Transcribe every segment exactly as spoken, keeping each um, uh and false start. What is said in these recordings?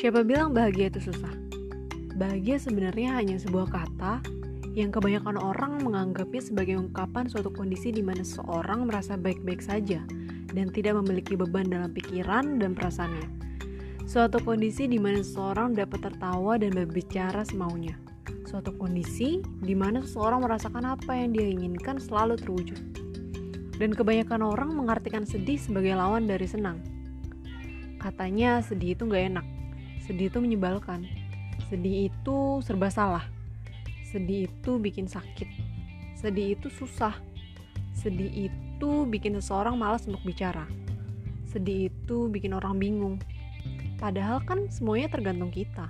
Siapa bilang bahagia itu susah? Bahagia sebenarnya hanya sebuah kata yang kebanyakan orang menganggapnya sebagai ungkapan suatu kondisi di mana seseorang merasa baik-baik saja dan tidak memiliki beban dalam pikiran dan perasaannya. Suatu kondisi di mana seseorang dapat tertawa dan berbicara semaunya. Suatu kondisi di mana seseorang merasakan apa yang dia inginkan selalu terwujud. Dan kebanyakan orang mengartikan sedih sebagai lawan dari senang. Katanya sedih itu gak enak, sedih itu menyebalkan, sedih itu serba salah, sedih itu bikin sakit, sedih itu susah, sedih itu bikin seseorang malas untuk bicara, sedih itu bikin orang bingung. Padahal kan semuanya tergantung kita.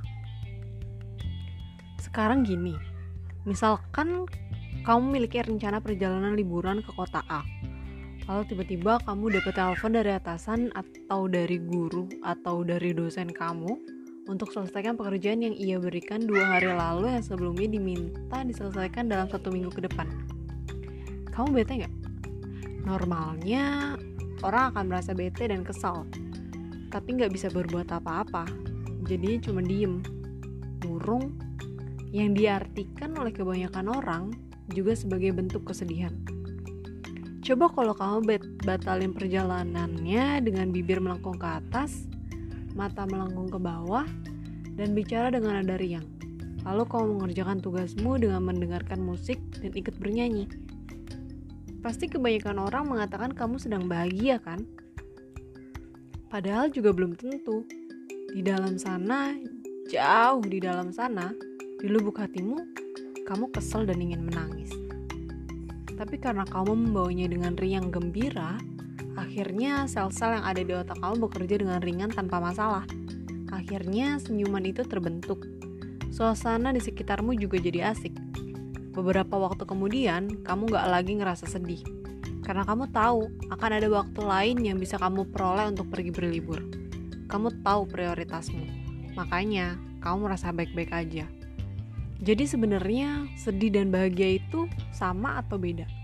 Sekarang gini, misalkan kamu memiliki rencana perjalanan liburan ke kota A, lalu tiba-tiba kamu dapat telepon dari atasan atau dari guru atau dari dosen kamu untuk selesaikan pekerjaan yang ia berikan dua hari lalu yang sebelumnya diminta diselesaikan dalam satu minggu ke depan. Kamu bete gak? Normalnya orang akan merasa bete dan kesal, tapi gak bisa berbuat apa-apa, jadinya cuma diem, murung, yang diartikan oleh kebanyakan orang juga sebagai bentuk kesedihan. Coba kalau kamu bet- batalin perjalanannya dengan bibir melengkung ke atas, mata melengkung ke bawah, dan bicara dengan nada riang. Lalu kamu mengerjakan tugasmu dengan mendengarkan musik dan ikut bernyanyi. Pasti kebanyakan orang mengatakan kamu sedang bahagia kan? Padahal juga belum tentu. Di dalam sana, jauh di dalam sana, di lubuk hatimu, kamu kesel dan ingin menangis. Tapi karena kamu membawanya dengan riang gembira, akhirnya sel-sel yang ada di otak kamu bekerja dengan ringan tanpa masalah. Akhirnya senyuman itu terbentuk. Suasana di sekitarmu juga jadi asik. Beberapa waktu kemudian, kamu gak lagi ngerasa sedih. Karena kamu tahu akan ada waktu lain yang bisa kamu peroleh untuk pergi berlibur. Kamu tahu prioritasmu. Makanya, kamu merasa baik-baik aja. Jadi sebenarnya sedih dan bahagia itu sama atau beda?